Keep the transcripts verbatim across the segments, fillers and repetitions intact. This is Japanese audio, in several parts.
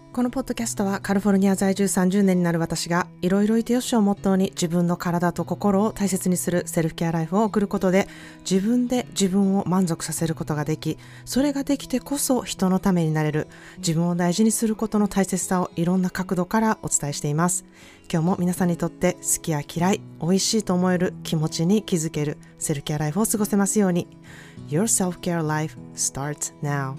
このポッドキャストはカリフォルニア在住さんじゅうねんになる私がいろいろいてよしをモットーに自分の体と心を大切にするセルフケアライフを送ることで自分で自分を満足させることができ、それができてこそ人のためになれる、自分を大事にすることの大切さをいろんな角度からお伝えしています。今日も皆さんにとって好きや嫌い、美味しいと思える気持ちに気づけるセルフケアライフを過ごせますように。 Your self-care life starts now。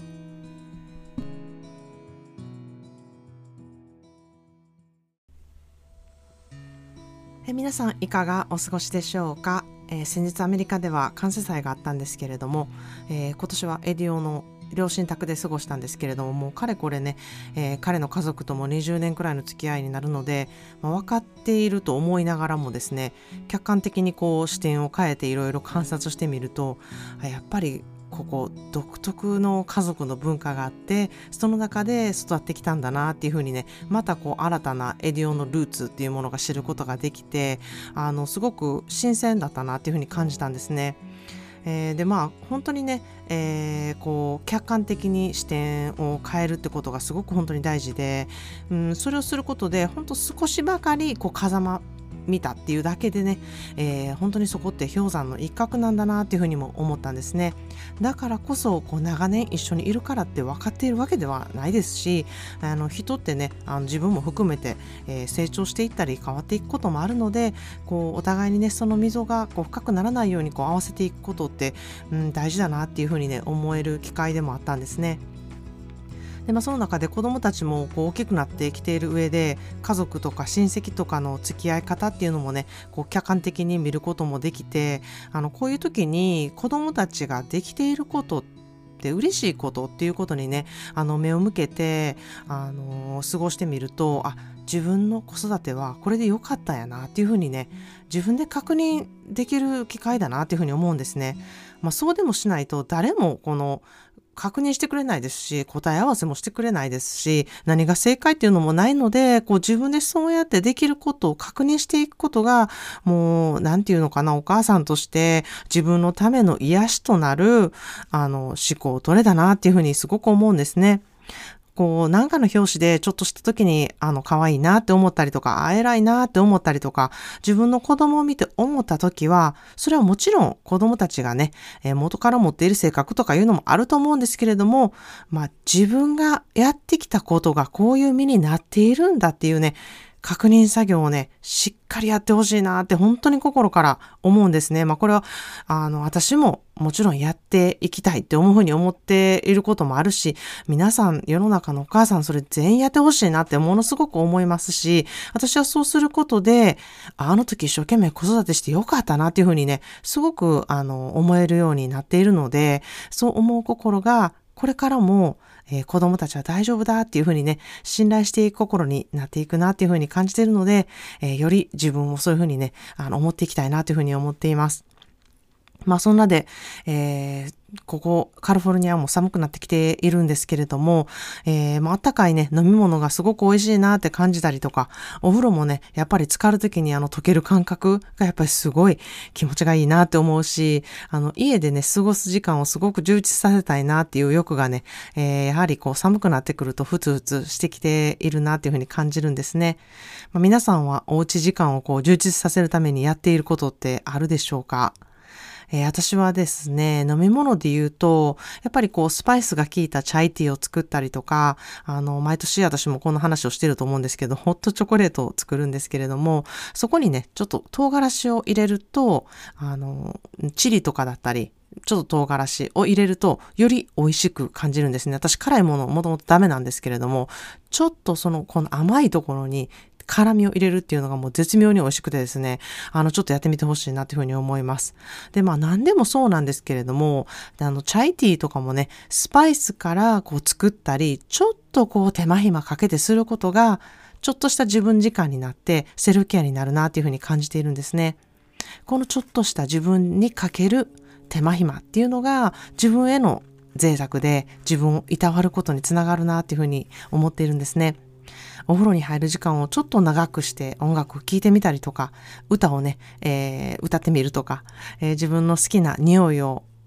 え皆さんいかがお過ごしでしょうか。えー、先日アメリカでは感謝祭があったんですけれども、えー、今年はエディオの両親宅で過ごしたんですけれども、もうかれこれね、えー、彼の家族ともにじゅうねんくらいの付き合いになるので、まあ、分かっていると思いながらもですね、客観的にこう視点を変えていろいろ観察してみると、あやっぱりここ独特の家族の文化があって、その中で育ってきたんだなっていうふうにね、またこう新たなエディオのルーツっていうものが知ることができて、あのすごく新鮮だったなっていうふうに感じたんですね。えー、でまあ本当にね、えー、こう客観的に視点を変えるってことがすごく本当に大事で、うん、それをすることで本当少しばかりこう風間見たっていうだけでね、えー、本当にそこって氷山の一角なんだなっていうふうにも思ったんですね。だからこそこう長年一緒にいるからって分かっているわけではないですし、あの人ってね、あの自分も含めて、えー、成長していったり変わっていくこともあるので、こうお互いにねその溝がこう深くならないようにこう合わせていくことって、うん、大事だなっていうふうにね思える機会でもあったんですね。でまあ、その中で子どもたちもこう大きくなってきている上で、家族とか親戚とかの付き合い方っていうのもねこう客観的に見ることもできて、あのこういう時に子どもたちができていることって嬉しいことっていうことにね、あの目を向けて、あの過ごしてみると、あ自分の子育てはこれで良かったんやなっていうふうにね、自分で確認できる機会だなっていうふうに思うんですね。まあ、そうでもしないと誰もこの確認してくれないですし、答え合わせもしてくれないですし、何が正解っていうのもないので、こう自分でそうやってできることを確認していくことが、もうなんていうのかな、お母さんとして自分のための癒しとなるあの思考トレだなっていうふうにすごく思うんですね。こう何かの表紙でちょっとした時にあの可愛いなって思ったりとか、あ偉いなって思ったりとか、自分の子供を見て思った時は、それはもちろん子供たちがね、えー、元から持っている性格とかいうのもあると思うんですけれども、まあ自分がやってきたことがこういう身になっているんだっていうね、確認作業をね、しっかりやってほしいなって本当に心から思うんですね。まあこれは、あの、私ももちろんやっていきたいって思うふうに思っていることもあるし、皆さん世の中のお母さんそれ全員やってほしいなってものすごく思いますし、私はそうすることで、あの時一生懸命子育てしてよかったなっていうふうにね、すごくあの思えるようになっているので、そう思う心がこれからもえー、子供たちは大丈夫だっていうふうにね、信頼していく心になっていくなっていうふうに感じているので、えー、より自分もそういうふうにね、あの思っていきたいなというふうに思っています。まあそんなで、えー、ここカリフォルニアも寒くなってきているんですけれども、えー、まあったかいね飲み物がすごく美味しいなって感じたりとか、お風呂もねやっぱり浸かるときにあの溶ける感覚がやっぱりすごい気持ちがいいなって思うし、あの家でね過ごす時間をすごく充実させたいなっていう欲がね、えー、やはりこう寒くなってくるとふつふつしてきているなっていうふうに感じるんですね。まあ、皆さんはおうち時間をこう充実させるためにやっていることってあるでしょうか？えー、私はですね、飲み物で言うと、やっぱりこうスパイスが効いたチャイティーを作ったりとか、あの、毎年私もこの話をしてると思うんですけど、ホットチョコレートを作るんですけれども、そこにね、ちょっと唐辛子を入れると、あの、チリとかだったり、ちょっと唐辛子を入れると、より美味しく感じるんですね。私辛いものもともとダメなんですけれども、ちょっとその、この甘いところに、辛みを入れるっていうのがもう絶妙に美味しくてですね、あのちょっとやってみてほしいなというふうに思います。でまあ何でもそうなんですけれども、あのチャイティーとかもね、スパイスからこう作ったり、ちょっとこう手間暇かけてすることがちょっとした自分時間になってセルフケアになるなというふうに感じているんですね。このちょっとした自分にかける手間暇っていうのが自分への贅沢で自分をいたわることにつながるなというふうに思っているんですね。お風呂に入る時間をちょっと長くして音楽を聴いてみたりとか、歌をね、えー、歌ってみるとか、えー、自分の好きな匂いを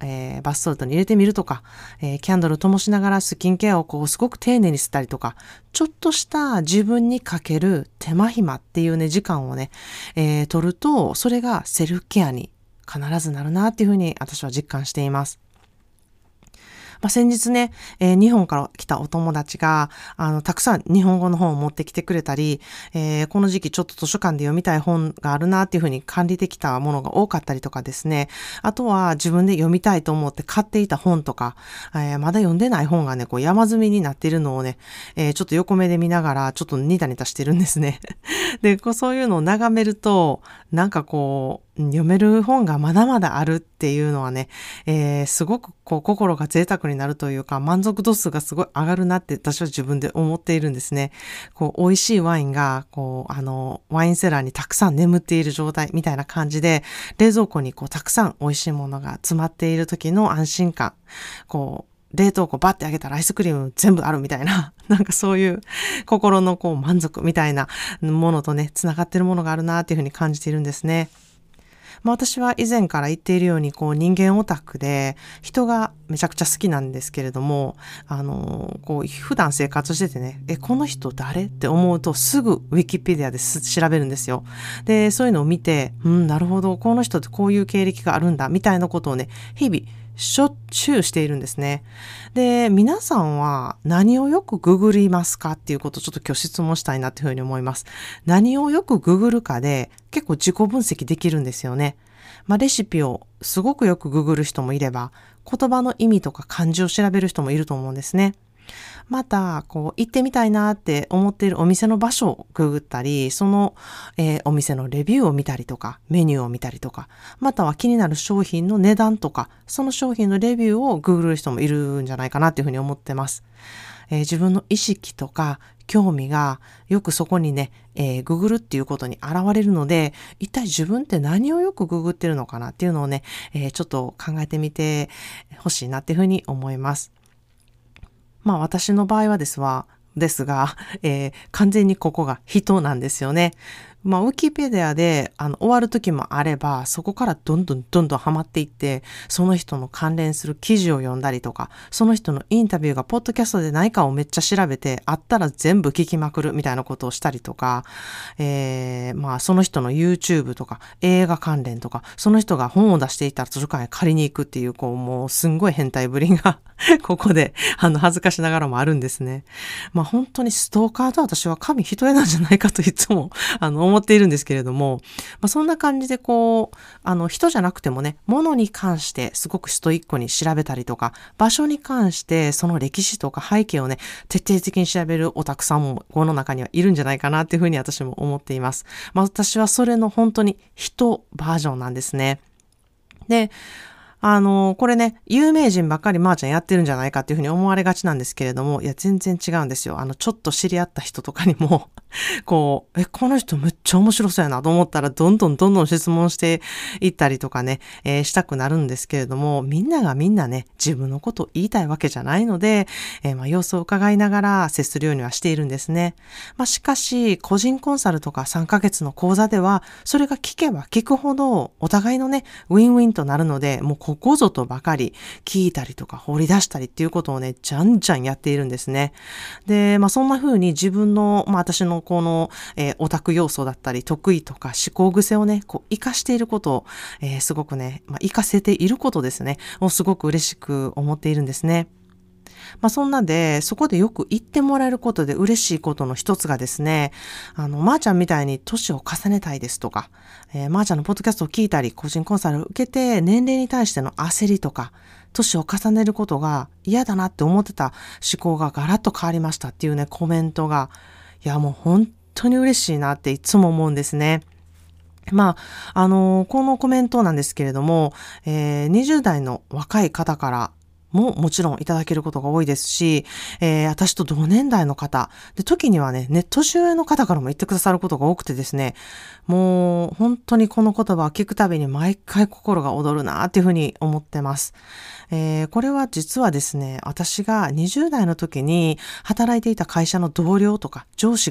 えーバスソルトに入れてみるとか、えーキャンドル灯しながらスキンケアをこうすごく丁寧にしたりとか、ちょっとした自分にかける手間暇っていうね、時間をね、えー取ると、それがセルフケアに必ずなるなっていうふうに私は実感しています。まあ、先日ね、えー日本から来たお友達が、あの、たくさん日本語の本を持ってきてくれたり、えーこの時期ちょっと図書館で読みたい本があるなっていうふうに管理できたものが多かったりとかですね。あとは自分で読みたいと思って買っていた本とか、えーまだ読んでない本がね、こう山積みになっているのをね、えーちょっと横目で見ながら、ちょっとニタニタしてるんですね。で、こうそういうのを眺めると、なんかこう、読める本がまだまだあるっていうのはね、えーすごくこう心が贅沢になるというか、満足度数がすごい上がるなって私は自分で思っているんですね。こう美味しいワインがこうあのワインセラーにたくさん眠っている状態みたいな感じで、冷蔵庫にこうたくさん美味しいものが詰まっている時の安心感、こう冷凍庫バッて開けたらアイスクリーム全部あるみたいな、なんかそういう心のこう満足みたいなものとね、つながっているものがあるなっていうふうに感じているんですね。まあ私は以前から言っているように、こう人間オタクで人がめちゃくちゃ好きなんですけれども、あの、こう普段生活しててね、え、この人誰って思うとすぐウィキペディアです調べるんですよ。で、そういうのを見て、うん、なるほど、この人ってこういう経歴があるんだ、みたいなことをね、日々しょっちゅうしているんですね。で、皆さんは何をよくググりますかっていうことをちょっと今日質問したいなっていうふうに思います。何をよくググるかで結構自己分析できるんですよね。まあ、レシピをすごくよくググる人もいれば、言葉の意味とか漢字を調べる人もいると思うんですね。また、こう、行ってみたいなって思っているお店の場所をググったり、その、えーお店のレビューを見たりとか、メニューを見たりとか、または気になる商品の値段とか、その商品のレビューをググる人もいるんじゃないかなっていうふうに思ってます。えー自分の意識とか興味がよくそこにね、えーググるっていうことに現れるので、一体自分って何をよくググってるのかなっていうのをね、えーちょっと考えてみてほしいなっていうふうに思います。まあ私の場合はですわ、ですが、えー完全にここが人なんですよね。まあ、ウィキペディアであの終わる時もあれば、そこからどんどんどんどんハマっていって、その人の関連する記事を読んだりとか、その人のインタビューがポッドキャストでないかをめっちゃ調べて、あったら全部聞きまくるみたいなことをしたりとか、えー、まあその人の YouTube とか映画関連とか、その人が本を出していたら図書館へ借りに行くっていう、こうもうすんごい変態ぶりがここであの恥ずかしながらもあるんですね。まあ本当にストーカーと私は神一重なんじゃないかといつもあの思っているんですけれども、まあ、そんな感じでこうあの人じゃなくてもね、物に関してすごくストイックに調べたりとか、場所に関してその歴史とか背景をね徹底的に調べるオタクさんもこの中にはいるんじゃないかなっていうふうに私も思っています。まあ、私はそれの本当に人バージョンなんですね。で、あの、これね、有名人ばっかりまーちゃんやってるんじゃないかっていうふうに思われがちなんですけれども、いや、全然違うんですよ。あの、ちょっと知り合った人とかにも、こう、え、この人めっちゃ面白そうやなと思ったら、どんどんどんどん質問していったりとかね、えーしたくなるんですけれども、みんながみんなね、自分のことを言いたいわけじゃないので、えーまあ、様子を伺いながら接するようにはしているんですね。まあ、しかし、個人コンサルとかさんかげつの講座では、それが聞けば聞くほど、お互いのね、ウィンウィンとなるので、もうここぞとばかり聞いたりとか掘り出したりっていうことをね、じゃんじゃんやっているんですね。で、まあそんな風に自分の、まあ私のこの、えーオタク要素だったり、得意とか思考癖をね、こう活かしていることを、えーすごくね、まあ活かせていることですね、をすごく嬉しく思っているんですね。まあそんなで、そこでよく言ってもらえることで嬉しいことの一つがですね、あの、まーちゃんみたいに年を重ねたいですとか、えー、まーちゃんのポッドキャストを聞いたり、個人コンサルを受けて、年齢に対しての焦りとか、年を重ねることが嫌だなって思ってた思考がガラッと変わりましたっていうね、コメントが、いやもう本当に嬉しいなっていつも思うんですね。まあ、あのーこのコメントなんですけれども、えーにじゅう代の若い方からももちろんいただけることが多いですし、えー私と同年代の方、で、時にはね、ネット年上の方からも言ってくださることが多くてですね、もう本当にこの言葉を聞くたびに毎回心が躍るなっていうふうに思ってます。えーこれは実はですね、私がにじゅう代の時に働いていた会社の同僚とか上司が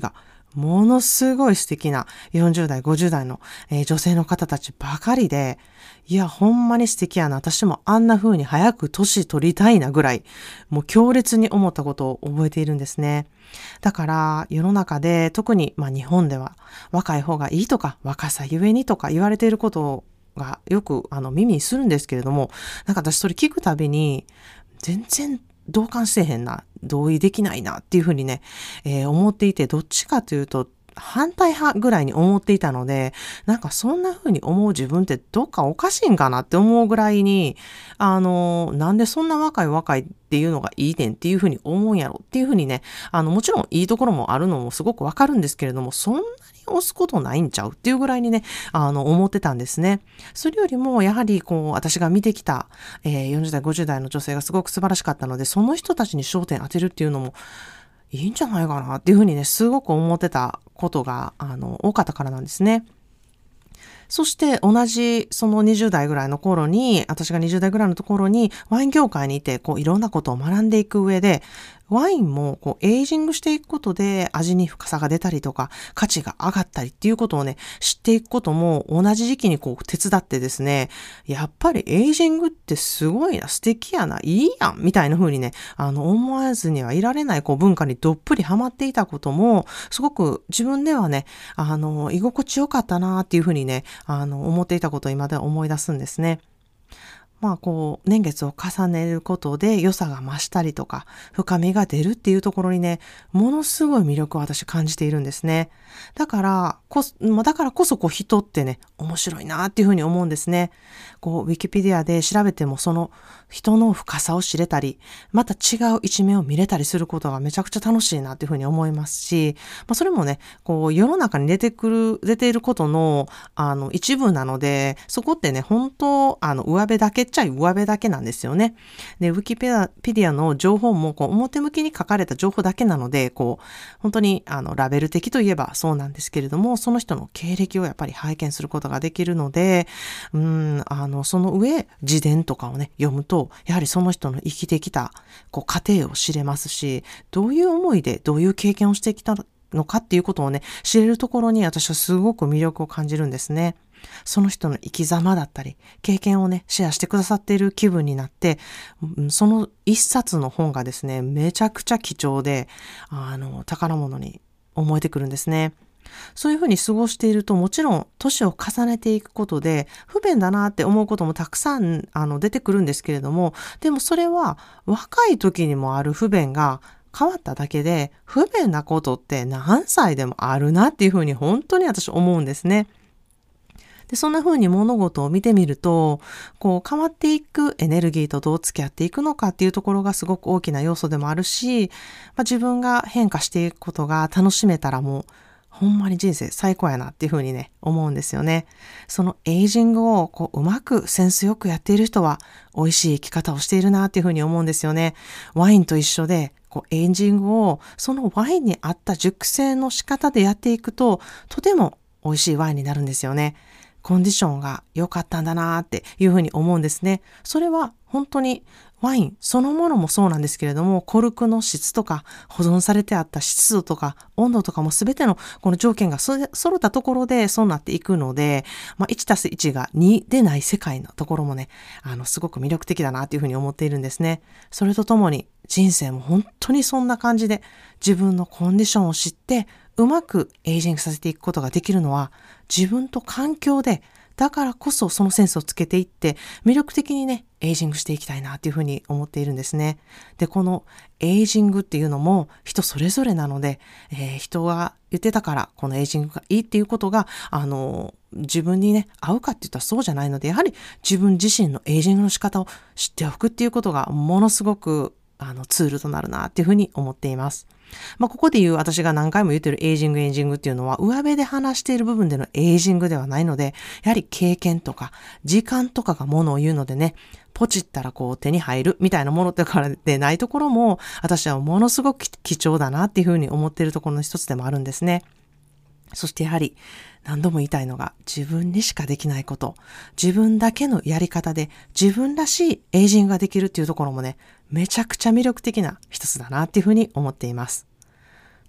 ものすごい素敵なよんじゅう代、ごじゅう代の、えー女性の方たちばかりで、いや、ほんまに素敵やな。私もあんな風に早く年取りたいなぐらい、もう強烈に思ったことを覚えているんですね。だから世の中で特に、まあ、日本では若い方がいいとか若さゆえにとか言われていることがよくあの耳にするんですけれども、なんか私それ聞くたびに全然同感してへんな、同意できないなっていうふうにね、えー思っていて、どっちかというと反対派ぐらいに思っていたので、なんかそんな風に思う自分ってどっかおかしいんかなって思うぐらいに、あの、なんでそんな若い若いっていうのがいいねんっていう風に思うんやろっていう風にね、あの、もちろんいいところもあるのもすごくわかるんですけれども、そんなに押すことないんちゃうっていうぐらいにね、あの、思ってたんですね。それよりも、やはりこう、私が見てきた、えーよんじゅう代、ごじゅう代の女性がすごく素晴らしかったので、その人たちに焦点当てるっていうのも、いいんじゃないかなっていうふうにね、すごく思ってたことが、あの、多かったからなんですね。そして同じそのにじゅう代ぐらいの頃に、私がにじゅう代ぐらいのところにワイン業界にいて、こういろんなことを学んでいく上で、ワインもこうエイジングしていくことで味に深さが出たりとか、価値が上がったりっていうことをね、知っていくことも同じ時期にこう手伝ってですね、やっぱりエイジングってすごいな、素敵やな、いいやん、みたいな風にね、あの思わずにはいられないこう文化にどっぷりハマっていたことも、すごく自分ではね、あの、居心地よかったなっていう風にね、あの、思っていたことを今では思い出すんですね。まあこう年月を重ねることで良さが増したりとか深みが出るっていうところにね、ものすごい魅力を私感じているんですね。だからこそ、まあだからこそこう人ってね、面白いなっていうふうに思うんですね。こうウィキペディアで調べてもその人の深さを知れたり、また違う一面を見れたりすることがめちゃくちゃ楽しいなっていうふうに思いますし、まあそれもね、こう世の中に出てくる、出ていることのあの一部なので、そこってね、本当あの上辺だけっちゃ上辺だけなんですよね。で、ウィキペディアの情報もこう表向きに書かれた情報だけなので、こう本当にあのラベル的といえばそうなんですけれども、その人の経歴をやっぱり拝見することができるので、うーん、あのその上自伝とかをね読むと、やはりその人の生きてきたこう過程を知れますし、どういう思いでどういう経験をしてきたのかっていうことをね、知れるところに私はすごく魅力を感じるんですね。その人の生き様だったり、経験をね、シェアしてくださっている気分になって、その一冊の本がですね、めちゃくちゃ貴重で、あの、宝物に思えてくるんですね。そういうふうに過ごしていると、もちろん年を重ねていくことで不便だなって思うこともたくさんあの出てくるんですけれども、でもそれは若い時にもある不便が変わっただけで、不便なことって何歳でもあるなっていうふうに本当に私思うんですね。で、そんな風に物事を見てみると、こう変わっていくエネルギーとどう付き合っていくのかっていうところがすごく大きな要素でもあるし、まあ、自分が変化していくことが楽しめたらもう、ほんまに人生最高やなっていう風にね、思うんですよね。そのエイジングをこううまくセンスよくやっている人は、美味しい生き方をしているなっていう風に思うんですよね。ワインと一緒で、こうエイジングをそのワインに合った熟成の仕方でやっていくと、とても美味しいワインになるんですよね。コンディションが良かったんだなっていうふうに思うんですね。それは本当にワインそのものもそうなんですけれども、コルクの質とか保存されてあった湿度とか温度とかも全てのこの条件がそ揃ったところでそうなっていくので、まあ、いちたすいちがにでない世界のところもね、あのすごく魅力的だなっていうふうに思っているんですね。それとともに人生も本当にそんな感じで自分のコンディションを知ってうまくエイジングさせていくことができるのは自分と環境で、だからこそそのセンスをつけていって魅力的にねエイジングしていきたいなというふうに思っているんですね。で、このエイジングっていうのも人それぞれなので、えー、人が言ってたからこのエイジングがいいっていうことがあの自分にね合うかって言ったらそうじゃないので、やはり自分自身のエイジングの仕方を知っておくっていうことがものすごくあのツールとなるなっていうふうに思っています。まあ、ここで言う私が何回も言ってるエイジングエイジングっていうのは上辺で話している部分でのエイジングではないので、やはり経験とか時間とかがものを言うのでね、ポチったらこう手に入るみたいなものとかでないところも私はものすごく貴重だなっていうふうに思っているところの一つでもあるんですね。そしてやはり何度も言いたいのが、自分にしかできないこと、自分だけのやり方で自分らしいエイジングができるっていうところもね、めちゃくちゃ魅力的な一つだなっていうふうに思っています。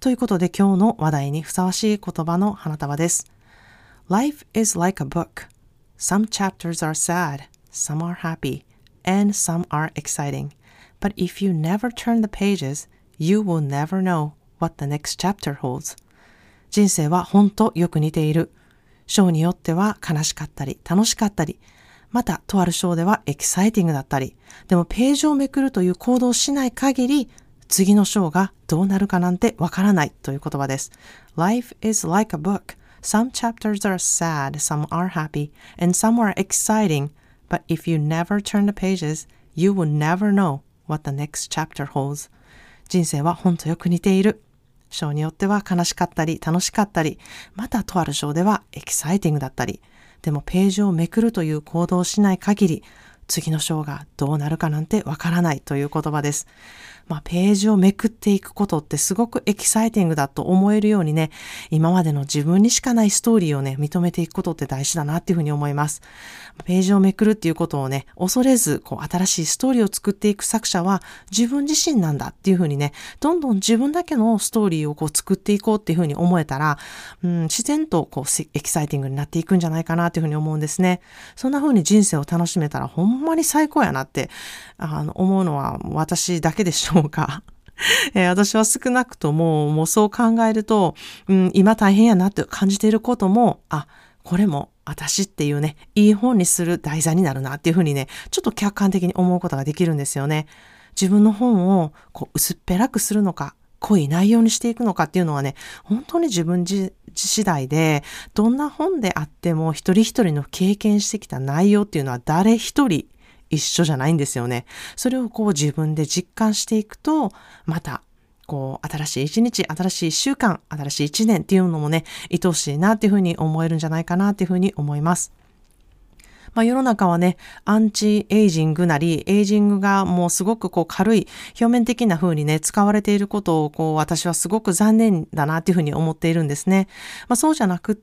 ということで今日の話題にふさわしい言葉の花束です。Life is like a book. Some chapters are sad, some are happy, and some are exciting. But if you never turn the pages, you will never know what the next chapter holds. 人生は本とよく似ている。章によっては悲しかったり楽しかったり、またとある章ではエキサイティングだったり、でもページをめくるという行動をしない限り、次の章がどうなるかなんてわからないという言葉です。Life is like a book.Some chapters are sad, some are happy, and some are exciting. But if you never turn the pages, you will never know what the next chapter holds. 人生は本とよく似ている。章によっては悲しかったり楽しかったり、またとある章ではエキサイティングだったり、でもページをめくるという行動をしない限り、次の章がどうなるかなんてわからないという言葉です。まあ、ページをめくっていくことってすごくエキサイティングだと思えるようにね、今までの自分にしかないストーリーをね、認めていくことって大事だなっていうふうに思います。ページをめくるっていうことをね、恐れず、こう、新しいストーリーを作っていく作者は自分自身なんだっていうふうにね、どんどん自分だけのストーリーをこう作っていこうっていうふうに思えたら、うん、自然とこう、エキサイティングになっていくんじゃないかなっていうふうに思うんですね。そんなふうに人生を楽しめたらほんまに最高やなって、あの、思うのは私だけでしょうか。えー、私は少なくとも、もうそう考えると、うん、今大変やなって感じていることも、あ、これも私っていうね、いい本にする題材になるなっていうふうにね、ちょっと客観的に思うことができるんですよね。自分の本をこう薄っぺらくするのか、濃い内容にしていくのかっていうのはね、本当に自分自次第で、どんな本であっても一人一人の経験してきた内容っていうのは誰一人一緒じゃないんですよね。それをこう自分で実感していくと、またこう新しい一日、新しい一週間、新しい一年っていうのもね、愛おしいなっていうふうに思えるんじゃないかなっていうふうに思います。まあ世の中はね、アンチエイジングなり、エイジングがもうすごくこう軽い、表面的な風にね、使われていることをこう私はすごく残念だなっていうふうに思っているんですね。まあそうじゃなくって、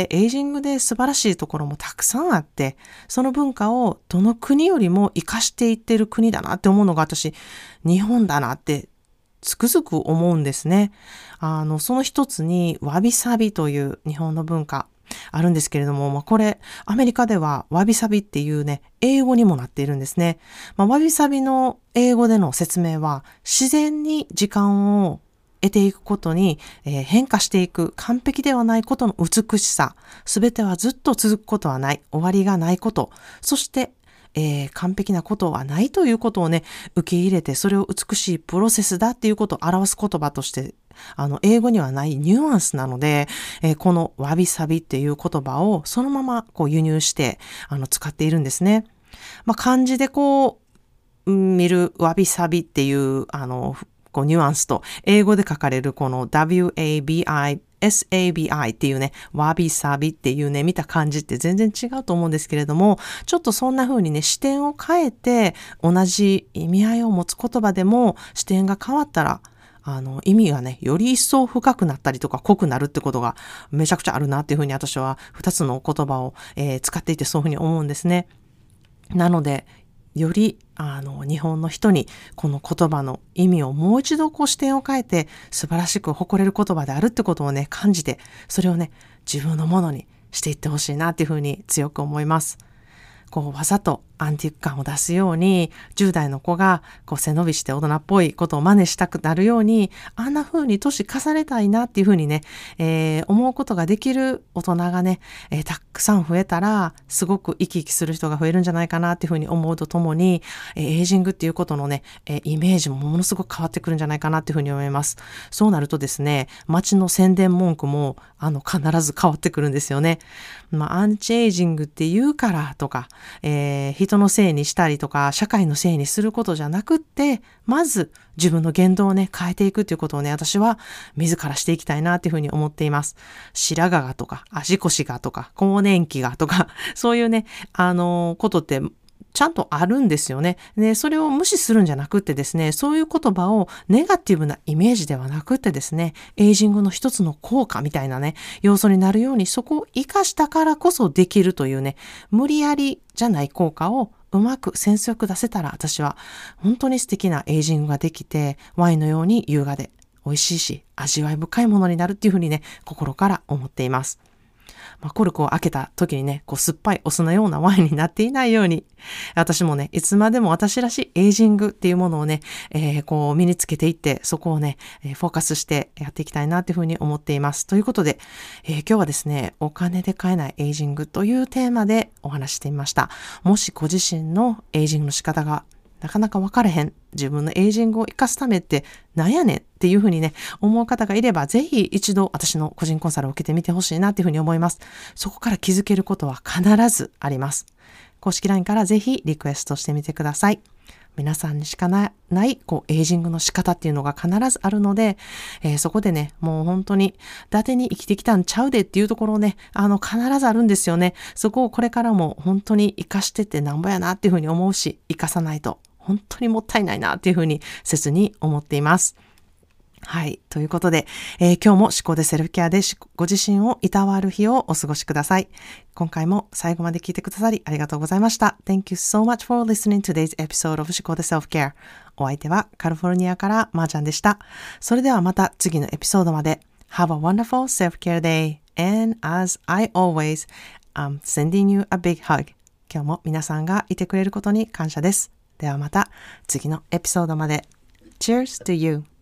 エイジングで素晴らしいところもたくさんあって、その文化をどの国よりも活かしていっている国だなって思うのが私、日本だなってつくづく思うんですね。あの、その一つにわびさびという日本の文化、あるんですけれども、まあ、これ、アメリカではわびさびっていうね、英語にもなっているんですね。まあ、わびさびの英語での説明は、自然に時間を得ていくことに、えー、変化していく完璧ではないことの美しさ、すべてはずっと続くことはない、終わりがないこと、そして、えー、完璧なことはないということをね、受け入れて、それを美しいプロセスだっていうことを表す言葉として、あの、英語にはないニュアンスなので、えー、このわびさびっていう言葉をそのままこう輸入して、あの、使っているんですね。まあ、漢字でこう、見るわびさびっていう、あの、こうニュアンスと、英語で書かれるこの ダブリュー エー ビー アイ、エス エー ビー アイ っていうね、わびさびっていうね、見た感じって全然違うと思うんですけれども、ちょっとそんな風にね、視点を変えて、同じ意味合いを持つ言葉でも、視点が変わったら、あの、意味がね、より一層深くなったりとか濃くなるってことがめちゃくちゃあるなっていう風に私は二つの言葉を、えー、使っていてそういう風に思うんですね。なので、よりあの日本の人にこの言葉の意味をもう一度こう視点を変えて素晴らしく誇れる言葉であるってことをね感じて、それをね自分のものにしていってほしいなっていうふうに強く思います。こうわざとアンティーク感を出すように、じゅう代の子がこう背伸びして大人っぽいことを真似したくなるように、あんな風に年重ねたいなっていう風にね、えー、思うことができる大人がね、えー、たくさん増えたら、すごく生き生きする人が増えるんじゃないかなっていう風に思うとともに、えー、エイジングっていうことのね、えー、イメージもものすごく変わってくるんじゃないかなっていう風に思います。そうなるとですね、街の宣伝文句もあの必ず変わってくるんですよね。まあ、アンチエイジングって言うからとか、えー人のせいにしたりとか社会のせいにすることじゃなくって、まず自分の言動をね変えていくということをね私は自らしていきたいなっていうふうに思っています。白髪がとか足腰がとか更年期がとかそういうねあのー、ことってちゃんとあるんですよね。で、それを無視するんじゃなくってですね、そういう言葉をネガティブなイメージではなくってですね、エイジングの一つの効果みたいなね、要素になるようにそこを活かしたからこそできるというね、無理やりじゃない効果をうまくセンスよく出せたら私は本当に素敵なエイジングができて、ワインのように優雅で美味しいし味わい深いものになるっていうふうにね、心から思っています。まあ、コルクを開けた時にね、こう酸っぱいお酢のようなワインになっていないように、私もね、いつまでも私らしいエイジングっていうものをね、えー、こう身につけていって、そこをね、フォーカスしてやっていきたいなっていうふうに思っています。ということで、えー、今日はですね、お金で買えないエイジングというテーマでお話してみました。もしご自身のエイジングの仕方がなかなか分からへん、自分のエイジングを生かすためってなんやねんっていうふうにね、思う方がいれば、ぜひ一度私の個人コンサルを受けてみてほしいなっていうふうに思います。そこから気づけることは必ずあります。公式 ライン からぜひリクエストしてみてください。皆さんにしかない、こう、エイジングの仕方っていうのが必ずあるので、えー、そこでね、もう本当に、伊達に生きてきたんちゃうでっていうところをね、あの、必ずあるんですよね。そこをこれからも本当に活かしてってなんぼやなっていうふうに思うし、活かさないと本当にもったいないなっていうふうに切に思っています。はい。ということで、えー、今日も思考でセルフケアでご自身をいたわる日をお過ごしください。今回も最後まで聞いてくださりありがとうございました。Thank you so much for listening to today's episode of 思考で Self-Care。お相手はカリフォルニアからまーちゃんでした。それではまた次のエピソードまで。Have a wonderful self-care day. And as I always, I'm sending you a big hug. 今日も皆さんがいてくれることに感謝です。ではまた次のエピソードまで。Cheers to you!